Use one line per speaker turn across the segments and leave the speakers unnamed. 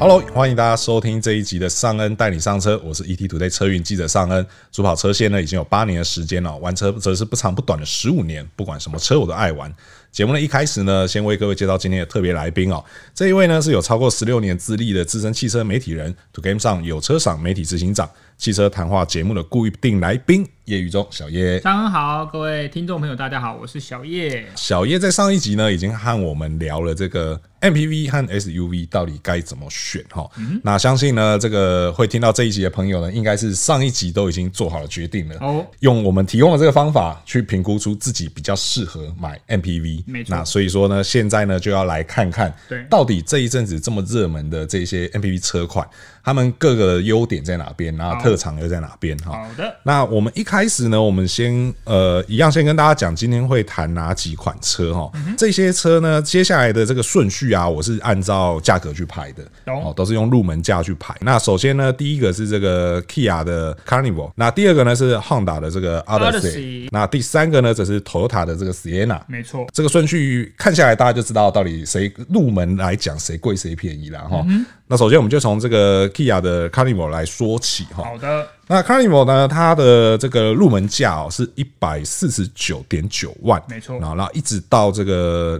Hello， 欢迎大家收听这一集的尚恩带你上车，我是 ETtoday 车云记者尚恩。主跑车线呢已经有8年的时间了，玩车则是不长不短的15年，不管什么车我都爱玩。节目的一开始呢，先为各位介绍今天的特别来宾哦。这一位呢是有超过16年资历的资深汽车媒体人 ，2Game 上有车赏媒体执行长，汽车谈话节目的固定来宾，叶宇中小叶。
上恩好，各位听众朋友大家好，我是小叶。
小叶在上一集呢已经和我们聊了这个 MPV 和 SUV 到底该怎么选哈。那相信呢这个会听到这一集的朋友呢，应该是上一集都已经做好了决定了，用我们提供的这个方法去评估出自己比较适合买 MPV。
没错。
那所以说呢，现在呢就要来看看，到底这一阵子这么热门的这些 MPV 车款，他们各个优点在哪边，然后特长又在哪边哈。
好的。
那我们一开始呢，我们先一样先跟大家讲今天会谈哪几款车哈。这些车呢，接下来的这个顺序啊，我是按照价格去排的，都是用入门价去排。那首先呢，第一个是这个 Kia 的 Carnival， 那第二个呢是 Honda 的这个 Odyssey， 那第三个呢则是 Toyota 的这个 Sienna。
没错，
这个顺序看下来，大家就知道到底谁入门来讲谁贵谁便宜啦哈。那首先我们就从这个 Kia 的 Carnival 来说起哈。
好的。
那 Carnival 呢，它的这个入门价是149.9万，
没错，
然后一直到这个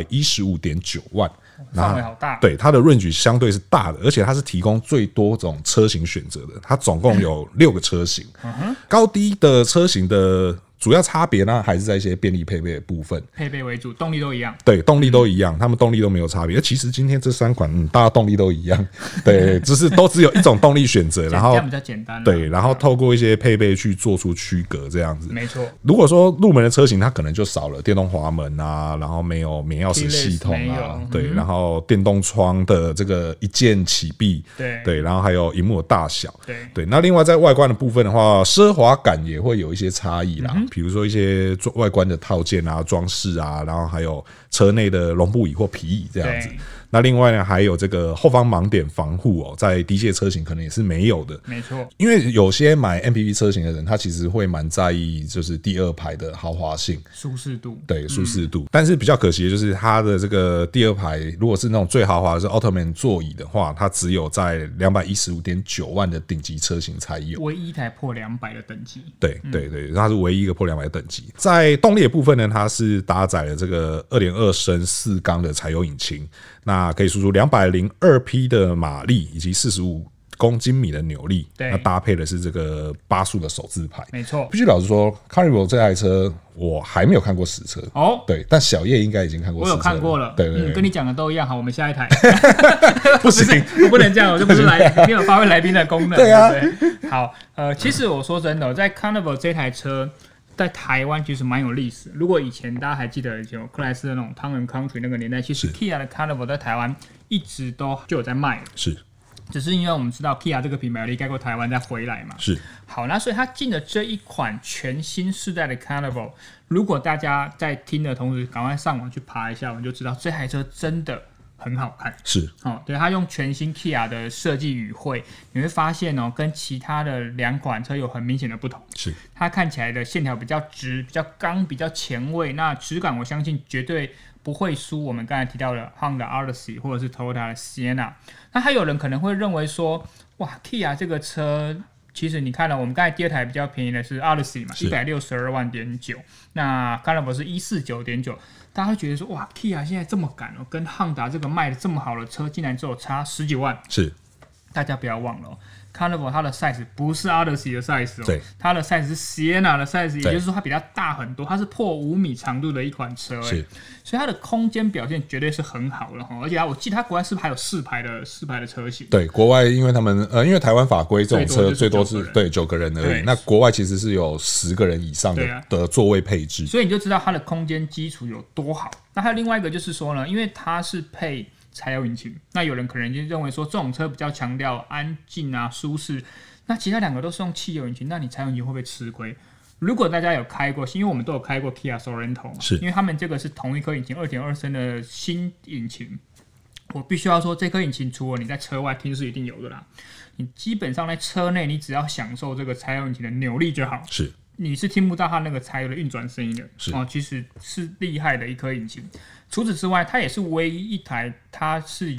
215.9万，
范围好大。
对，它的 range 相对是大的，而且它是提供最多种车型选择的，它总共有6个车型，高低的车型的主要差别呢，还是在一些便利配备的部分，
配备为主，动力都一样。
对，动力都一样，他们动力都没有差别。而其实今天这3款，大家动力都一样，对，都只有一种动力选择，然后
这样比较简单。
对，然后透过一些配备去做出区隔，这样子。
没错。
如果说入门的车型，它可能就少了电动滑门啊，然后没有免钥匙系统啊，对，然后电动窗的这个一键启闭，对，然后还有萤幕的大小，对。那另外在外观的部分的话，奢华感也会有一些差异啦。比如说一些外观的套件啊、装饰啊，然后还有车内的绒布椅或皮椅这样子。那另外呢，还有这个后方盲点防护哦，在低阶车型可能也是没有的。
没错，
因为有些买 MPV 车型的人，他其实会蛮在意就是第二排的豪华性、
舒适度，
对，舒适度。但是比较可惜的就是它的这个第二排，如果是那种最豪华的是 Ottoman 座椅的话，它只有在215.9万的顶级车型才有，
唯一一台破200的等级。
对，它是唯一一个破200的等级。在动力的部分呢，它是搭载了这个2.2升4缸的柴油引擎。那可以输出202匹的马力以及45公斤米的扭力，那搭配的是这个8速的手自排。
没错，
必须老实说 ，Carnival 这台车我还没有看过实车哦。对，但小叶应该已经看过实车了。
我有看过了。对，跟你讲的都一样。好，我们下一台。
不行，
我不能这样，我就不是没有发挥来宾的功能。
对啊。
对，好，其实我说真的，在 Carnival 这台车。在台湾其实蛮有历史。如果以前大家还记得有克莱斯的那种 Town and Country 那个年代，其实 Kia 的 Carnival 在台湾一直都就有在卖。
是，
只是因为我们知道 Kia 这个品牌离开过台湾再回来嘛。
是。好，
那所以它进了这一款全新世代的 Carnival， 如果大家在听的同时赶快上网去爬一下，我们就知道这台车真的很好看。是，对，它用全新 Kia 的设计语汇，你会发现跟其他的2款车有很明显的不同。是，它看起来的线条比较直、比较刚、比较前卫，那质感我相信绝对不会输我们刚才提到的 Honda Odyssey 或者是 Toyota 的 Sienna。那还有人可能会认为说，哇 ，Kia 这个车。其实你看了，我们刚才第2台比较便宜的是 Odyssey 嘛，162.9万，那 Carnival 是149.9，大家会觉得说，哇 ，Kia 现在这么赶哦，跟 Honda 这个卖的这么好的车，竟然只有差10几万。是，大家不要忘了Carnival 它的 size 不是 Odyssey 的 size 哦，它的 size 是 Sienna 的 size， 也就是说它比它大很多，它是破5米长度的一款车，所以它的空间表现绝对是很好的，而且我记得它国外是不是还有4排的车型？对，
国外因为他们因为台湾法规这种车最多是对9个人而已，那国外其实是有10个人以上的座位配置，
所以你就知道它的空间基础有多好。那还有另外一个就是说呢，因为它是配柴油引擎，那有人可能就认为说这种车比较强调安静啊、舒适，那其他2个都是用汽油引擎，那你柴油引擎会不会吃亏？如果大家有开过，因为我们都有开过 Kia Sorento 嘛，因为他们这个是同一颗引擎2.2升的新引擎，我必须要说这颗引擎除了你在车外听是一定有的啦，你基本上在车内你只要享受这个柴油引擎的扭力就好，是你是听不到它那个柴油的运转声音的，其实是厉害的一颗引擎。除此之外，它也是唯一一台它是有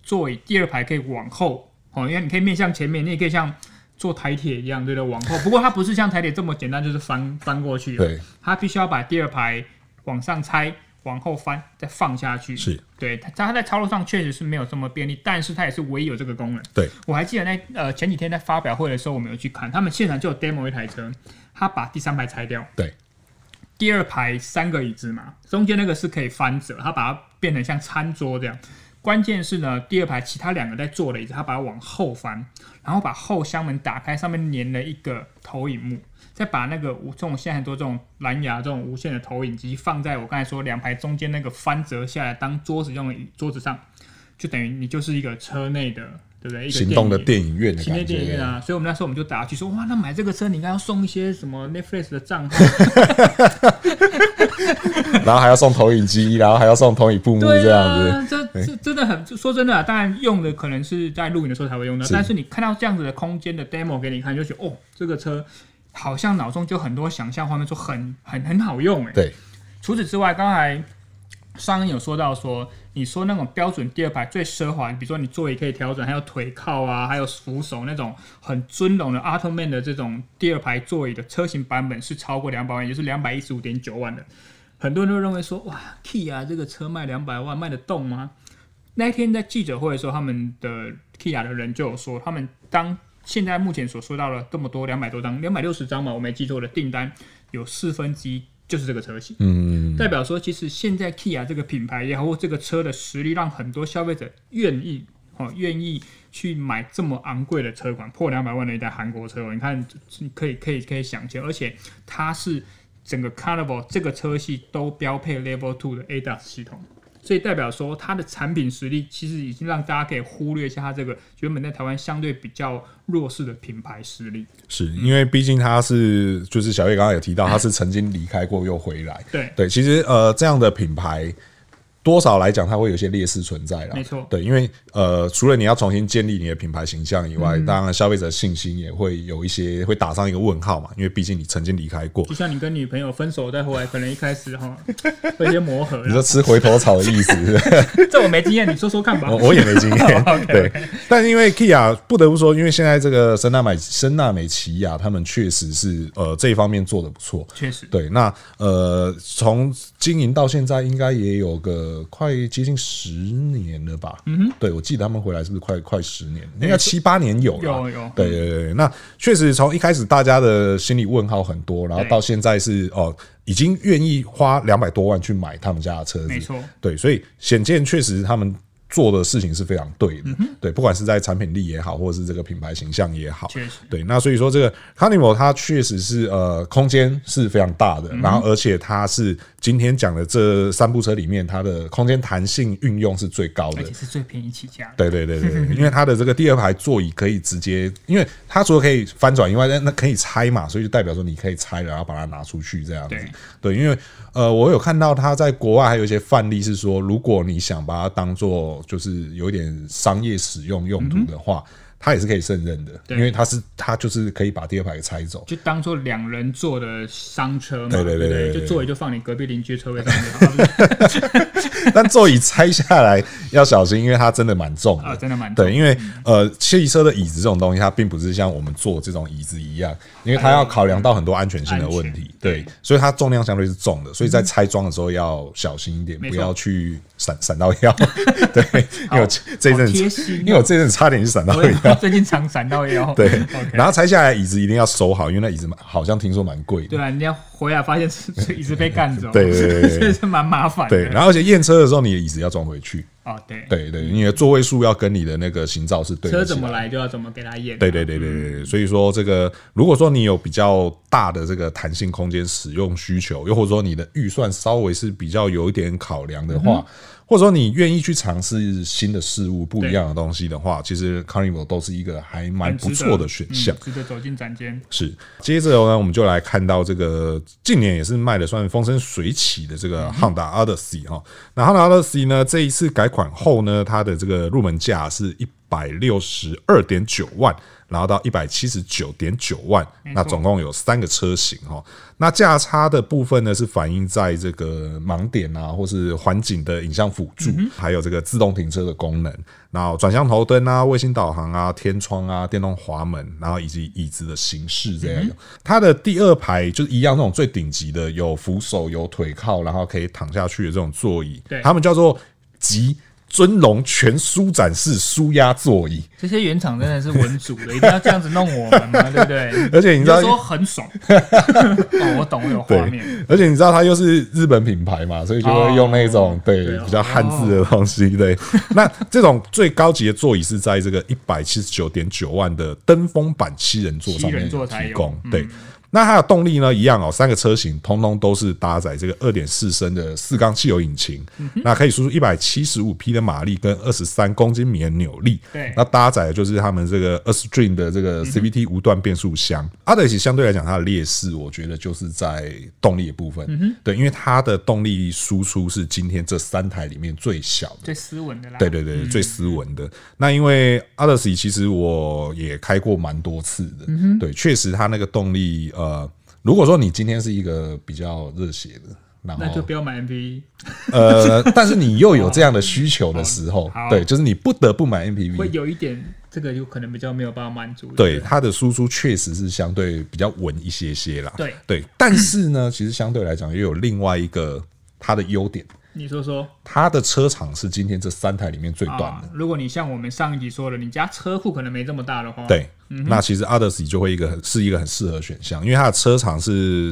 座椅第二排可以往后，因为你可以面向前面，你也可以像坐台铁一样，对的，往后。不过它不是像台铁这么简单，就是翻过去。对，它必须要把第二排往上拆，往后翻，再放下去。是，对，它在操作上确实是没有这么便利，但是它也是唯一有这个功能。对，我还记得前几天在发表会的时候，我们有去看，他们现场就有 demo 一台车，他把第三排拆掉。对。第二排3个椅子嘛，中间那个是可以翻折，他把它变成像餐桌这样。关键是呢，第二排其他2个在坐的椅子，他把它往后翻，然后把后箱门打开，上面粘了一个投影幕，再把那个这种现在很多这种蓝牙这种无线的投影机放在我刚才说2排中间那个翻折下来当桌子用的桌子上，就等于你就是一个车内的。对不对？一个
行动的电影院的感觉，
行动电影院啊！所以我们那时候我们就打去说，哇，那买这个车你应该要送一些什么 Netflix 的账号，
然后还要送投影机，然后还要送投影布幕这样
子。这真的很说真的啊，当然用的可能是在录影的时候才会用到，但是你看到这样子的空间的 demo 给你看，就觉得这个车好像脑中就很多想象画面，说很好用哎。对。除此之外，刚才上恩有说到说，你说那种标准第二排最奢华，比如说你座椅可以调整，还有腿靠啊，还有扶手那种很尊荣的 Automan 的这种第二排座椅的车型版本是超过200万，也就是215.9万的。很多人都认为说，哇 ，Kia 这个车卖200万卖得动吗？那一天在记者会的时候，他们的 Kia 的人就有说，他们现在目前所收到了这么多200多张，260张嘛，我没记错的订单，有1/4就是这个车型，代表说其实现在 Kia 这个品牌也好，或这个车的实力，让很多消费者愿意去买这么昂贵的车款，破200万的一台韩国车，你看可以想见，而且它是整个 Carnival 这个车系都标配 Level 2的 ADAS 系统。所以代表说，它的产品实力其实已经让大家可以忽略一下它这个原本在台湾相对比较弱势的品牌实力。
是因为毕竟它是，就是小叶刚刚有提到，它是曾经离开过又回来。对，其实这样的品牌。多少来讲，它会有些劣势存在啦。没错，对，因为除了你要重新建立你的品牌形象以外，当然消费者信心也会有一些会打上一个问号嘛，因为毕竟你曾经离开过。
就像你跟女朋友分手再回来，可能一开始会有些磨合。
你说吃回头草的意思是不是？
这我没经验，你说说看吧。
我也没经验。对，但因为 Kia 不得不说，因为现在这个森纳美奇亚他们确实是这一方面做得不错。确实。对，那从经营到现在应该也有个。快接近10年了吧？对，我记得他们回来是不是快10年？应该7、8年有了。有。对，那确实从一开始大家的心理问号很多，然后到现在是已经愿意花200多万去买他们家的车子。没错。对，所以显见确实他们做的事情是非常对的。对，不管是在产品力也好，或者是这个品牌形象也好。确实。对，那所以说这个 Carnival 它确实是空间是非常大的，然后而且它是今天讲的这3部车里面，它的空间弹性运用是最高的，
而且是最便宜起价的。
对，因为它的这个第二排座椅可以直接，因为它除了可以翻转以外，那可以拆嘛，所以就代表说你可以拆了，然后把它拿出去这样子。对，因为我有看到它在国外还有一些范例是说，如果你想把它当做就是有一点商业使用用途的话。它也是可以胜任的，因为它就是可以把第二排给拆走，
就当做2人座的商车嘛。对，就座椅就放你隔壁邻居车位上面。
但座椅拆下来要小心，因为它真的蛮重的，
真的蛮重。
对，因为汽车的椅子这种东西，它并不是像我们坐这种椅子一样，因为它要考量到很多安全性的问题。对，所以它重量相对是重的，所以在拆装的时候要小心一点，不要去闪到腰。对，因为我这一阵子差点就闪到腰。
最近常闪到腰。
对，然后拆下来椅子一定要收好，因为那椅子好像听说蛮贵的。
对啊，你要回来发现椅子被干走，
对，
这是蛮麻烦的。
对，然后而且验车的时候，你的椅子要装回去。
对，
你的座位数要跟你的那个行照是对的。
车怎么来就要怎么给它验。
对，所以说这个，如果说你有比较大的这个弹性空间使用需求，又或者说你的预算稍微是比较有一点考量的话。或者说你愿意去尝试新的事物、不一样的东西的话，其实 Carnival 都是一个还蛮不错的选项，
值得走进展间。
是，接着呢，我们就来看到这个近年也是卖的算风生水起的这个 Honda Odyssey 哈。那 Honda Odyssey 呢，这一次改款后呢，它的这个入门价是 162.9万，然后到179.9万，那总共有3个车型哈。那价差的部分呢，是反映在这个盲点啊，或是环景的影像辅助，还有这个自动停车的功能，然后转向头灯啊、卫星导航啊、天窗啊、电动滑门，然后以及椅子的形式这样。它的第2排就是一样那种最顶级的，有扶手、有腿靠，然后可以躺下去的这种座椅，他们叫做极尊龙全舒展式舒压座椅。
这些原厂真的是文主的，一定要这样子弄我们嘛，对不对？
而且你知道
说很爽哦，我懂，我有画面。
而且你知道它又是日本品牌嘛，所以就会用那种对比较汉字的东西。对，那这种最高级的座椅是在这个179.9万的登峰版7人座上面提供。对。那它的动力呢，一样3个车型通通都是搭载这个2.4升的4缸汽油引擎，那可以输出175匹的马力跟23公斤米的扭力。
对，
那搭载的就是他们这个 Astream 的这个 CVT 无段变速箱。Odyssey 相对来讲，它的劣势我觉得就是在动力的部分。对，因为它的动力输出是今天这3台里面最小的、
最斯文的啦。
对对对，最斯文的。那因为 Odyssey 其实我也开过蛮多次的，对，确实它那个动力。如果说你今天是一个比较热血的，
那就不要买 MPV。
但是你又有这样的需求的时候，对，就是你不得不买 MPV，
会有一点这个有可能比较没有办法满足。
对，它的输出确实是相对比较稳一些些啦。
对，
但是呢，其实相对来讲又有另外一个它的优点。
你说，
它的车厂是今天这3台里面最短的。
如果你像我们上一集说的，你家车库可能没这么大的话，
对，那其实 Odyssey 就会是一个很适合选项，因为它的车长是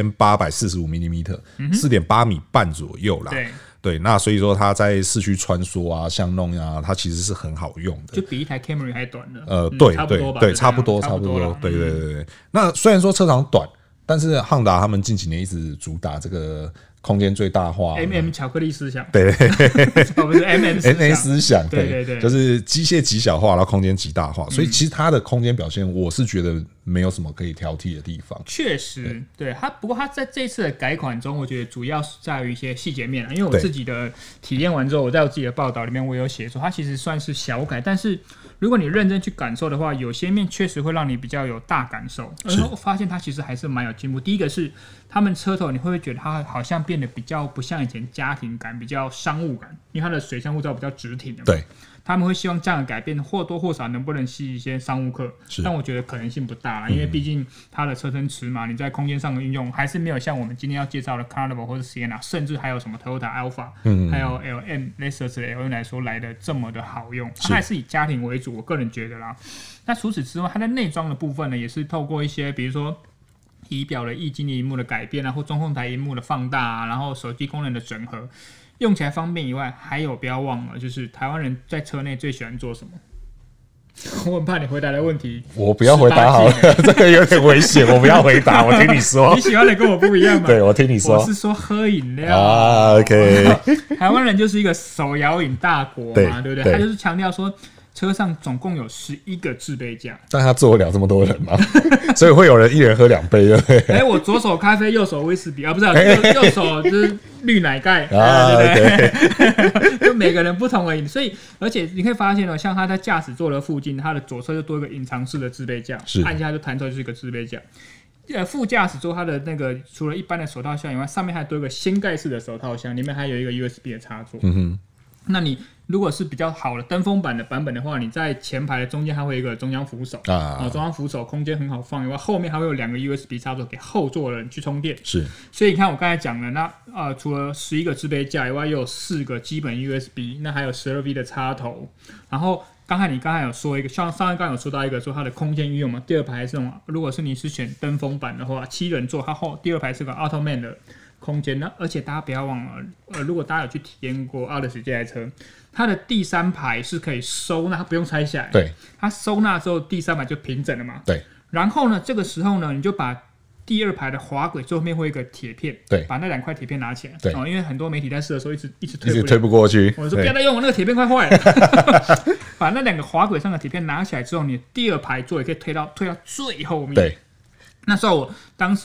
4845mm，4.8米半左右啦。对，那所以说它在市区穿梭啊、巷弄啊，它其实是很好用的，
就比一台 Camry 还短的。
对，差不多，对。那虽然说车长短，但是汉达他们近几年一直主打这个空间最大化
，MM 巧克力思想，
对，
不是 MM
思想，对，就是机械极小化，然后空间极大化，所以其实它的空间表现，我是觉得没有什么可以挑剔的地方。
确实，对它，不过它在这次的改款中，我觉得主要是在于一些细节面因为我自己的体验完之后，我在我自己的报道里面我有写说，它其实算是小改，但是如果你认真去感受的话，有些面确实会让你比较有大感受，而且我发现它其实还是蛮有进步。第一个是他们车头，你会不会觉得它好像变得比较不像以前家庭感，比较商务感，因为它的水箱护罩比较直挺的嘛。
对，
他们会希望这样的改变或多或少能不能吸一些商务客，但我觉得可能性不大啦，因为毕竟它的车身尺码，你在空间上的运用还是没有像我们今天要介绍的 Carnival 或者 Sienna， 甚至还有什么 Toyota Alpha，还有 LM 类似的 LM 来说来的这么的好用，它还是以家庭为主，我个人觉得啦。那除此之外，它在内装的部分呢，也是透过一些比如说仪表的液晶荧幕的改变啊，或中控台荧幕的放大啊，然后手机功能的整合，用起来方便以外，还有不要忘了，就是台湾人在车内最喜欢做什么？我很怕你回答的问题，
我不要回答好了，这个有点危险，我不要回答，我听你说。
你喜欢的跟我不一样嘛？
对，我听你说。
我是说喝饮料
啊 ，OK。
台湾人就是一个手摇饮大国嘛，对不对？他就是强调说，车上总共有11个制杯架，
但他坐得了这么多人吗？所以会有人一人喝2杯，对不对？
我左手咖啡，右手威士忌啊，不是、右手就是绿奶盖
啊，
对不对？就每个人不同而已。所以，而且你可以发现像他在驾驶座的附近，他的左侧就多一个隐藏式的制杯架，按一下就弹出来就是一个制杯架。副驾驶座它的那个除了一般的手套箱以外，上面还多一个掀盖式的手套箱，里面还有一个 USB 的插座。那你如果是比较好的登峰版的版本的话，你在前排的中间还会有一个中央扶手中央扶手空间很好放以外，后面还会有2个 USB 插座给后座的人去充电。
是，
所以你看我刚才讲了，那除了11个制杯架以外，又有4个基本 USB， 那还有12V 的插头。然后你刚才有说一个，像上一刚有说到一个说它的空间运用嘛，第2排是这种，如果是你是选登峰版的话，7人座，它第2排是个 Automan 的空间。那而且大家不要忘了，如果大家有去体验过 Odyssey 这台车，它的第3排是可以收纳，它不用拆下来。
对，它
收纳之后第3排就平整了嘛。
对。然
后呢，这个时候呢，你就把第2排的滑轨最后面会有一个铁片，
对，
把那2块铁片拿起来。
对，
因为很多媒体在试的时候一直
推不过去。
我说不要再用，那个铁片快坏了。把那2个滑轨上的铁片拿起来之后，你第2排座也可以推到最后面。
对。
那时候我当时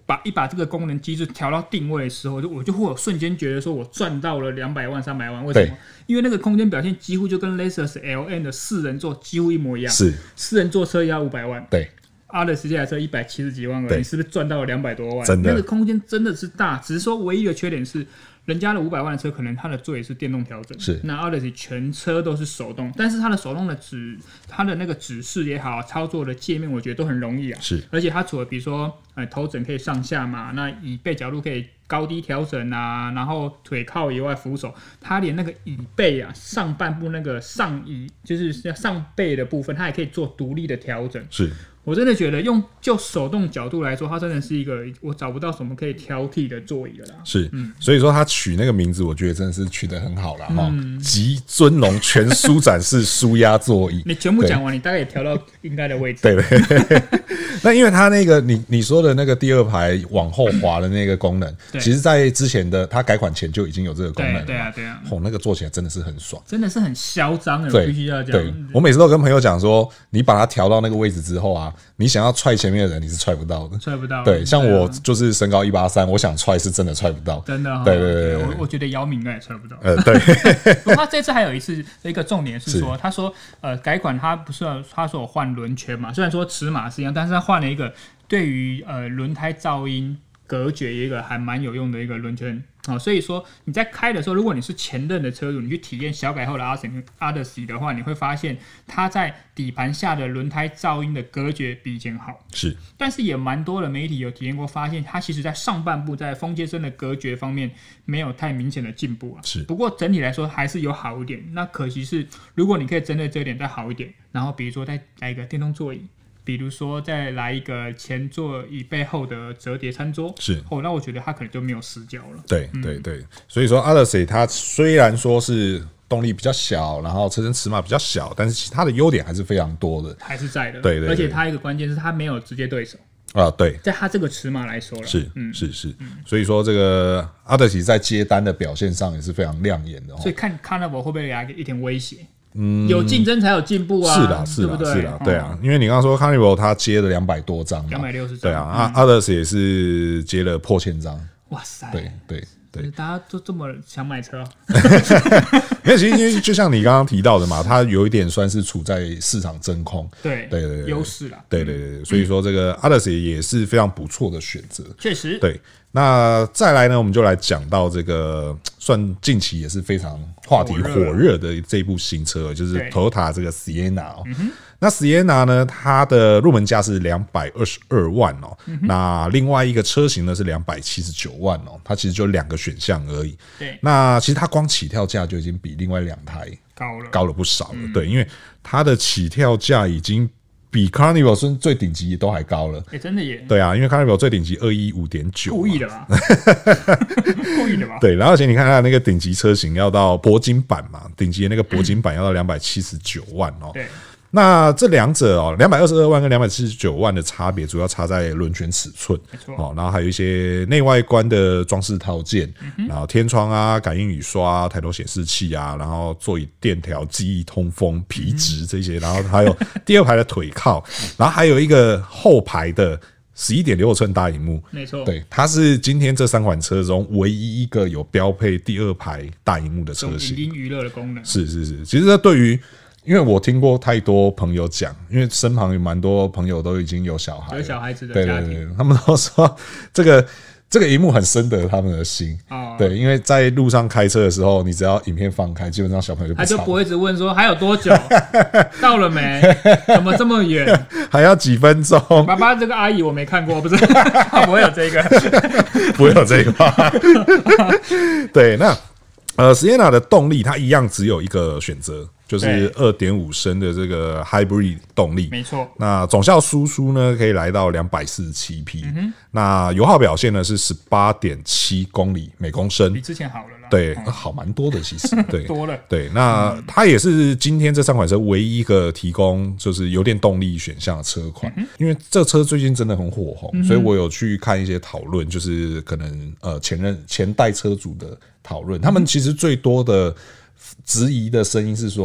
把这个功能机制调到定位的时候，我就会有瞬间觉得说我赚到了200万、300万。为什么？因为那个空间表现几乎就跟 Lexus LN 的4人座几乎一模一样。是4人座车要500万。对。Atlas 这台车170几万而已，你是不是赚到了200多万？真的，那个空间真的是大，只是说唯一的缺点是，人家的500万的车可能它的座椅是电动调整，是那 Atlas 全车都是手动，但是它的手动的它的那个指示也好，操作的界面我觉得都很容易啊。是，而且它除了比如说头枕可以上下嘛，那椅背角度可以高低调整啊，然后腿靠以外扶手，它连那个椅背啊上半部那个上椅就是上背的部分，它也可以做独立的调整。是。我真的觉得就手动角度来说，它真的是一个我找不到什么可以挑剔的座椅了啦。是，
所以说他取那个名字，我觉得真的是取得很好啦哈。集尊龙全舒展式舒压座椅，
你全部讲完，你大概也调到应该的位置。
对对。那因为它那个你说的那个第二排往后滑的那个功能，其实在之前的它改款前就已经有这个功能了。对啊。那个坐起来真的是很爽，
真的是很嚣张的，我必须要讲。对，
我每次都跟朋友讲说，你把它调到那个位置之后啊，你想要踹前面的人，你是踹不到的。
踹不到。
对，像我就是身高183，我想踹是真的踹不到。
真的。
对。
我觉得姚明应该也踹不到。
对。
不过他这次还有一个重点是说，他说改款他不是他说我换轮圈嘛，虽然说尺码是一样，但是他换了一个对于轮胎噪音隔绝一个还蛮有用的一个轮圈。所以说你在开的时候，如果你是前任的车主，你去体验小改后的 Odyssey 的话，你会发现它在底盘下的轮胎噪音的隔绝比以前好。是，但是也蛮多的媒体有体验过，发现它其实在上半部在风接声的隔绝方面没有太明显的进步啊。是，不过整体来说还是有好一点。那可惜是，如果你可以针对这一点再好一点，然后比如说再来一个电动座椅。比如说再来一个前座椅背后的折叠餐桌，是那我觉得它可能就没有死角了。对，所以说 Odyssey 它虽然说是动力比较小，然后车身尺码比较小，但是其他的优点还是非常多的， 还是在的。
对，
而且它一个关键是它没有直接对手
啊。对，
在它这个尺码来说了，
是，所以说这个 Odyssey 在接单的表现上也是非常亮眼的。
所以看 Carnival 会不会给它一点威胁？有竞争才有进步啊！
是啦，对啊，因为你刚刚说 Carnival 他接了200多张
，260张，
对啊，Others 也是接了破千张，
哇塞，
对，
大家都这么想买车，
因为就像你刚刚提到的嘛，它有一点算是处在市场真空，
对，优势啦，
对，所以说这个 Others 也是非常不错的选择，
确实，
对。那再来呢，我们就来讲到这个算近期也是非常话题火热的这部新车，就是 Toyota 这个 Sienna 那 Sienna 呢，它的入门价是222万哦，那另外一个车型呢是279万哦，它其实就2个选项而已。对，那其实它光起跳价就已经比另外2台高了不少了。对，因为它的起跳价已经比 Carnival 最顶级都还高了，
真的耶！
对啊，因为 Carnival 最顶级215.9，
故意的吧？故意的吧？
对，然后而且你看它的那个顶级车型要到铂金版嘛，顶级的那个铂金版要到279万哦。对。那这两者哦，222万跟279万的差别，主要差在轮圈尺寸，没错。然后还有一些内外观的装饰套件，然后天窗啊、感应雨刷、抬头显示器啊，然后座椅电调、记忆通风、皮质这些，然后还有第二排的腿靠，然后还有一个后排的11.6寸大萤幕，
没错。对，
它是今天这3款车中唯一一个有标配第二排大萤幕的车型，
影音娱乐的功能。
是，其实这对于因为我听过太多朋友讲，因为身旁有蛮多朋友都已经有小孩，
有小孩子的家庭，
对，他们都说这个萤幕很深得他们的心。对，因为在路上开车的时候，你只要影片放开，基本上小朋友
他就不会一直问说还有多久，到了没？怎么这么远？
还要几分钟？
爸爸，这个阿姨我没看过，不是，他不会有这个，
不会有这个。对，那Sienna 的动力它一样只有一个选择。就是 2.5 升的这个 Hybrid 动力，
没错。
那总效输出呢可以来到247匹，那油耗表现呢是 18.7 公里每公升，
比之前好了啦。
对，好蛮多的其实，对，
多了。
对，那它也是今天这3款车唯一一个提供就是油电动力选项的车款，因为这车最近真的很火红，所以我有去看一些讨论，就是可能前代车主的讨论，他们其实最多的质疑的声音是说，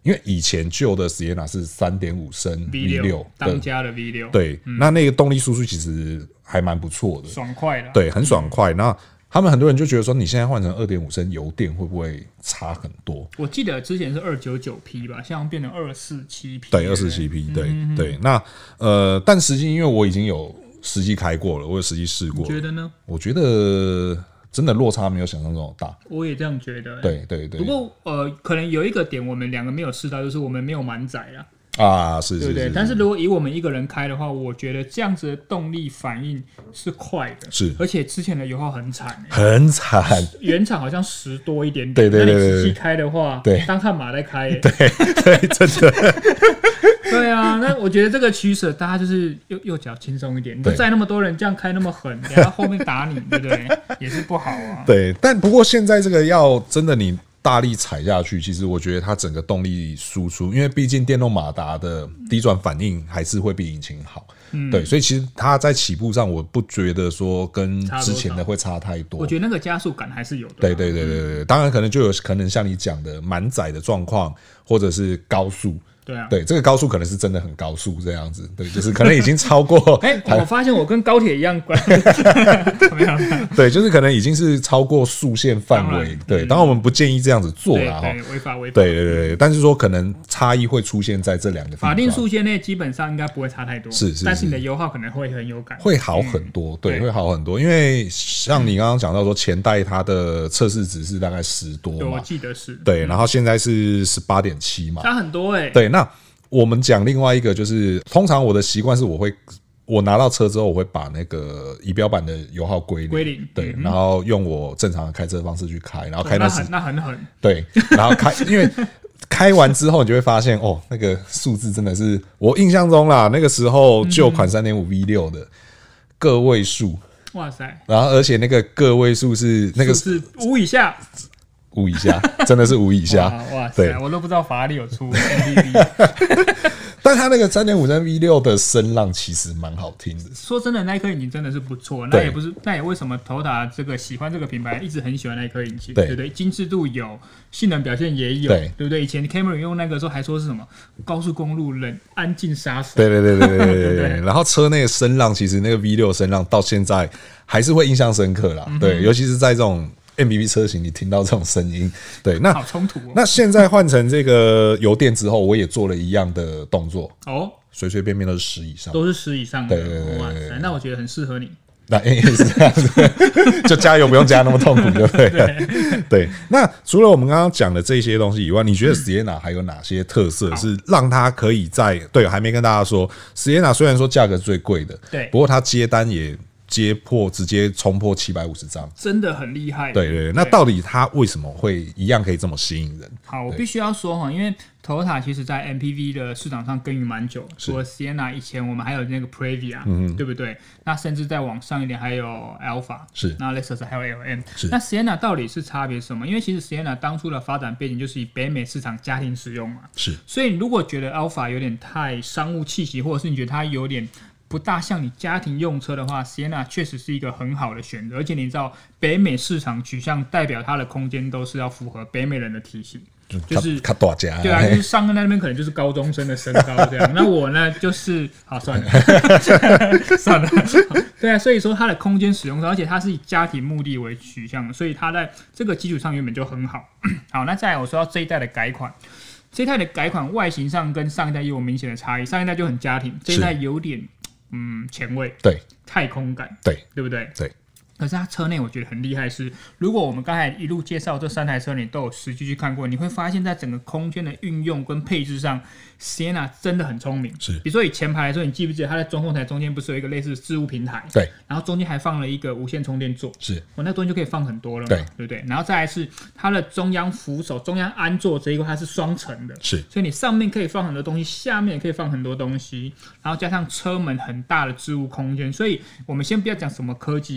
因为以前旧的 Sienna 是 3.5 升 V6
当家的 V6，
对，那个动力输出其实还蛮不错的，
爽快的，
对，很爽快。那他们很多人就觉得说，你现在换成 2.5 升油电会不会差很多？
我记得之前是 299P 吧，现在变成 247P，
对，247P， 对。那但实际因为我已经有实际开过了，我有实际试过，
你觉得呢？
我觉得真的落差没有想象中大。
我也这样觉得，
对。
不过可能有一个点我们两个没有试到，就是我们没有满载啦。
是，对不
对？但是如果以我们一个人开的话，我觉得这样子的动力反应是快的，
是，
而且之前的油耗很惨，
很惨，
原厂好像10多一点点，
对。
那你实际开的话，
对，
当悍马在开，
对，真的。
对啊，那我觉得这个取舍，大家就是右脚轻松一点，你就载那么多人这样开那么狠，然后后面打你，对不对？也是不好啊。
对，但不过现在这个要真的你大力踩下去，其实我觉得它整个动力输出，因为毕竟电动马达的低转反应还是会比引擎好，对，所以其实它在起步上，我不觉得说跟之前的会差太多。
我觉得那个加速感还是有的。
对，当然可能就有可能像你讲的满载的状况，或者是高速。
对啊，
对，这个高速可能是真的很高速这样子，对，就是可能已经超过。
我发现我跟高铁一样乖。
对，就是可能已经是超过速限范围。对，当然我们不建议这样子做啦，
对，违法。
对，但是说可能差异会出现在这两个地方。
法定速限内基本上应该不会差太多，
是，
但是你的油耗可能会很有感，
会好很多。对，会好很多，因为像你刚刚讲到说前代它的测试值是大概10多嘛，
我记得是。
对，然后现在是 18.7 嘛，
差很多
对。那我们讲另外一个，就是通常我的习惯是我拿到车之后，我会把那个仪表板的油耗归零，对，然后用我正常的开车方式去开，然后开那
很狠，
对，然后开，因为开完之后你就会发现，那个数字真的是我印象中啦，那个时候旧款 3.5 V6 的个位数，
哇塞，
然后而且那个个位数是那个
是5以下。
5以下，真的是5以下，
哇塞！我都不知道法拉利有出 MPV，
但它那个 3.5 升 V6 的声浪其实蛮好听的。
说真的，那一颗引擎真的是不错，那也为什么 Toyota 这个喜欢这个品牌，一直很喜欢那一颗引擎，对不对？精致度有，性能表现也有，对不对？以前 Camry 用那个时候还说是什么高速公路冷安静杀手，
对。然后车内的声浪，其实那个 V6 声浪到现在还是会印象深刻啦，对，尤其是在这种MPV 车型，你听到这种声音，对，那
好冲突。
那现在换成这个油电之后，我也做了一样的动作，随随便便都是10以上，
都是10以上的，
对。
哇塞，那我觉得很适合你。
那也是这样子，就加油不用加那么痛苦，就对了。对，那除了我们刚刚讲的这些东西以外，你觉得 Sienna 还有哪些特色是让它可以还没跟大家说 ，Sienna 虽然说价格最贵的，
对，
不过它接单也直接冲破750张，
真的很厉害。
对，那到底它为什么会一样可以这么吸引人？
好，我必须要说哈，因为 Toyota 其实在 MPV 的市场上耕耘蛮久，除了 Sienna 以前我们还有那个 Previa，对不对？那甚至再往上一点还有 Alpha，
是，
那 Lexus 还有 LM，
是。
那 Sienna 到底是差别什么？因为其实 Sienna 当初的发展背景就是以北美市场家庭使用嘛，
是。
所以你如果觉得 Alpha 有点太商务气息，或者是你觉得它有点不大像你家庭用车的话 ，Sienna 确实是一个很好的选择。而且你知道，北美市场取向代表它的空间都是要符合北美人的体型，就是
卡大家，
对啊，就是上恩那边可能就是高中生的身高这样。那我呢，就是好算了，算了，对啊，所以说它的空间使用上，而且它是以家庭目的为取向，所以它在这个基础上原本就很好。好，那再来我说到这一代的改款。这一代的改款外形上跟上一代也有明显的差异，上一代就很家庭，这一代有点前卫，
对，
太空感，
对
不对？
对。
可是它车内我觉得很厉害是，如果我们刚才一路介绍这3台车你都有实际去看过，你会发现在整个空间的运用跟配置上 ，Sienna 真的很聪明。是，比如说以前排来说，你记不记得它在中控台中间不是有一个类似置物平台？对，然后中间还放了一个无线充电座，是，那东西就可以放很多了嘛，对不对？然后再来是它的中央扶手、中央安座这一块它是双层的，是，所以你上面可以放很多东西，下面也可以放很多东西，然后加上车门很大的置物空间，所以我们先不要讲什么科技好了，如果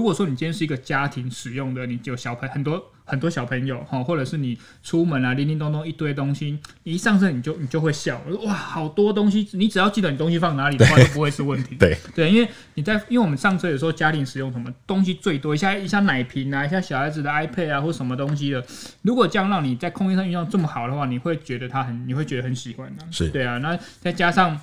果说你今天是一个家庭使用的，你有很多小朋友，或者是你出门啊，叮叮咚咚一堆东西，你一上车你就会笑，哇，好多东西，你只要记得你东西放哪里的话，都不会是问题。对，因为我们上车有时候家庭使用什么东西最多，一下奶瓶啊，一下小孩子的 iPad 啊，或什么东西的，如果这样让你在空间上运用这么好的话，你会觉得很喜欢的。
是，
对啊，那再加上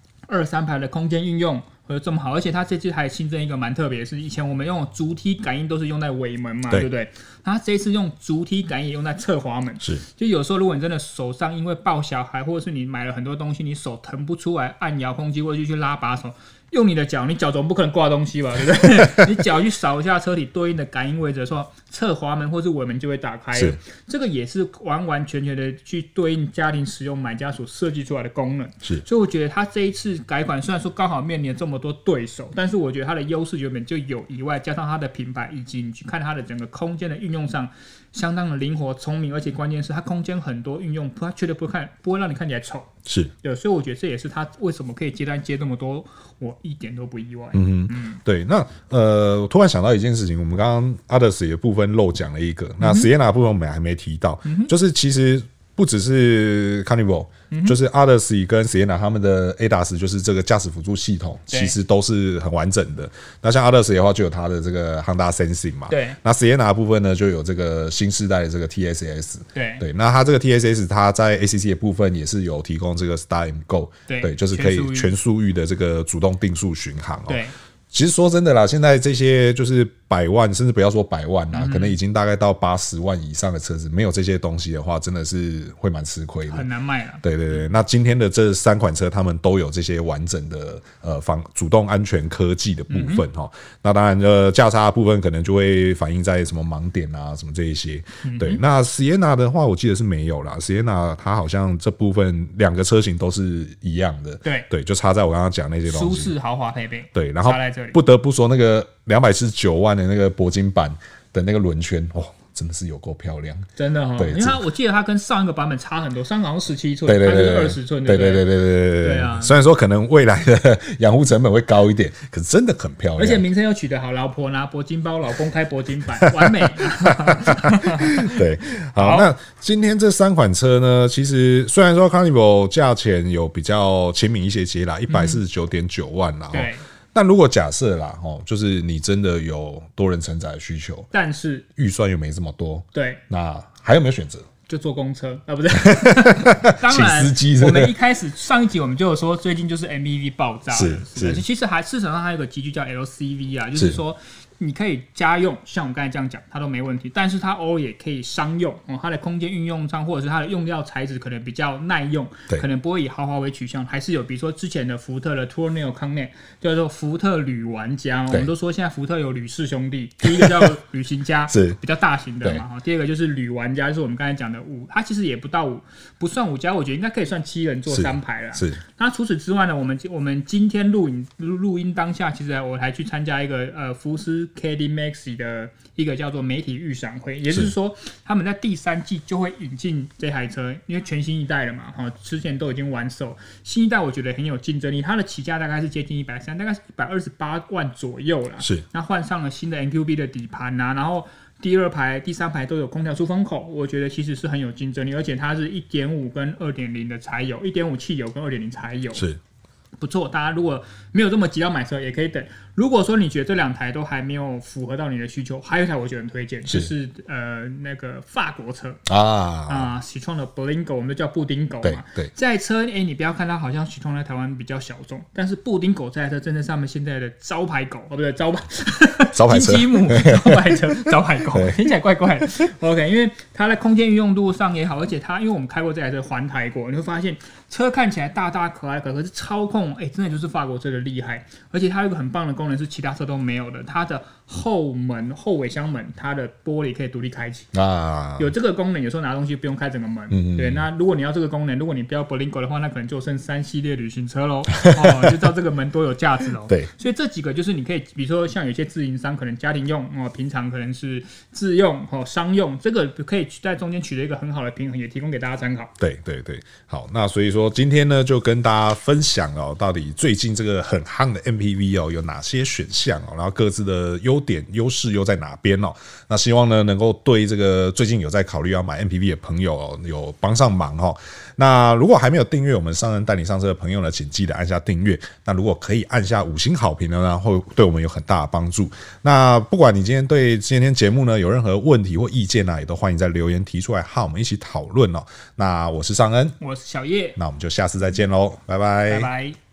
2、3排的空间运用。这么好，而且它这次还新增一个蛮特别的是，以前我们用足踢感应都是用在尾门嘛，对不对？它这次用足踢感应也用在侧滑门，
是。
就有时候如果你真的手上因为抱小孩，或者是你买了很多东西，你手腾不出来按遥控器或者去拉把手，用你的脚，你脚总不可能挂东西吧，对不对？你脚去扫一下车体对应的感应位置的时候，侧滑门或是尾门就会打开了。这个也是完完全全的去对应家庭使用买家所设计出来的功能。
是，
所以我觉得它这一次改款虽然说刚好面临了这么多对手，但是我觉得它的优势原本就有以外，加上它的品牌以及你去看它的整个空间的运用上，相当的灵活聪明，而且关键是它空间很多运用，它绝对不会让你看起来丑。
是，
对，所以我觉得这也是它为什么可以接单接这么多，我一点都不意外。
对，那我突然想到一件事情，我们刚刚 Odyssey 的部分漏讲了一个，那 Sienna 的部分我们还没提到，就是其实不只是 Carnival，就是 Odyssey 跟 Sienna 他们的 ADAS 就是这个驾驶辅助系统，其实都是很完整的。那像 Odyssey 的话，就有它的这个 Honda Sensing 嘛，
对。
那 Sienna 的部分呢，就有这个新世代的这个 TSS，
对。
那它这个 TSS 它在 ACC 的部分也是有提供这个 Start and Go， 对，就是可以全速域的这个主动定速巡航哦。
对。
其实说真的啦，现在这些就是100万，甚至不要说100万啦，可能已经大概到80万以上的车子，没有这些东西的话，真的是会蛮吃亏的，
很难卖了。
对，那今天的这3款车，他们都有这些完整的主动安全科技的部分哈。那当然价差的部分可能就会反映在什么盲点啊什么这一些。对，那 Sienna 的话，我记得是没有啦。Sienna 它好像这部分2个车型都是一样的，对，就差在我刚刚讲那些东西，
舒适豪华配备。
对，然后不得不说那个249万的那个铂金版的那个轮圈，哦，真的是有够漂亮，
真的哈。对，因为我记得它跟上一个版本差很多，上一个好像17寸，
对，
它是20寸，对啊。
虽然说可能未来的养护成本会高一点，可是真的很漂亮，
而且名称又取得好，老婆拿铂金包，老公开铂金版，完美。
对，好，那今天这3款车呢，其实虽然说 Carnival 价钱有比较亲民一些啦，149.9万啦，对。但如果假设啦，就是你真的有多人承载的需求，
但是
预算又没这么多，
对，
那还有没有选择？
就坐公车啊，不是？当然，
请司机。
我们一开始上一集我们就有说，最近就是 MPV 爆炸了，
是。
其实市场上还有个集聚叫 LCV 啊，就是说。你可以家用，像我刚才这样讲，它都没问题。但是它偶尔也可以商用，它的空间运用上，或者是它的用料材质可能比较耐用，可能不会以豪华为取向，还是有，比如说之前的福特的 Tourneo Connect， 叫做福特旅玩家。我们都说现在福特有旅氏兄弟，第一个叫旅行家，是比较大型的嘛，第二个就是旅玩家，就是我们刚才讲的它其实也不算5加，我觉得应该可以算7人坐3排了。是。那除此之外呢，我们今天录音当下，其实我还去参加一个福斯KD Maxi 的一个叫做媒体预赏会，也就是说他们在第3季就会引进这台车，因为全新一代了嘛，之前都已经完售，新一代我觉得很有竞争力，它的起价大概是接近130，大概是128万左右啦。是，那换上了新的 MQB 的底盘啊，然后第2排、第3排都有空调出风口，我觉得其实是很有竞争力，而且它是 1.5 跟 2.0 的柴油， 1.5 汽油跟 2.0 柴油，是不错。大家如果没有这么急要买车，也可以等。如果说你觉得这2台都还没有符合到你的需求，还有一台我觉得很推荐，就是那个法国车许创的 Blingo， 我们都叫布丁狗嘛。对，这台车你不要看它好像许创在台湾比较小众，但是布丁狗这台车真的是他们现在的招牌狗，不对，招牌车，金鸡母招牌车，招牌狗，听起来怪怪的。OK， 因为它在空间运用度上也好，而且它因为我们开过这台车环台过，你会发现车看起来大大可爱，可是操控真的就是法国车的厉害，而且它有一个很棒的功能是其他车都没有的，它的后尾箱门，它的玻璃可以独立开启啊，有这个功能，有时候拿东西不用开整个门。对，那如果你要这个功能，如果你不要 Blingo 的话，那可能就剩3系列旅行车咯。就知道这个门多有价值咯。对，所以这几个就是你可以，比如说像有些自营商可能家庭用平常可能是自用商用，这个可以在中间取得一个很好的平衡，也提供给大家参考。对，好，那所以说今天呢就跟大家分享到底最近这个很夯的 MPV有哪些
些选项然后各自的优点优势又在哪边那希望呢能够对这个最近有在考虑要买 MPV 的朋友有帮上忙那如果还没有订阅我们商人带你上车的朋友呢，请记得按下订阅。那如果可以按下5星好评的呢，会对我们有很大的帮助。那不管你今天对今天节目呢有任何问题或意见也都欢迎在留言提出来，和我们一起讨论那我是尚恩，
我是小叶，
那我们就下次再见喽，拜拜，
拜拜。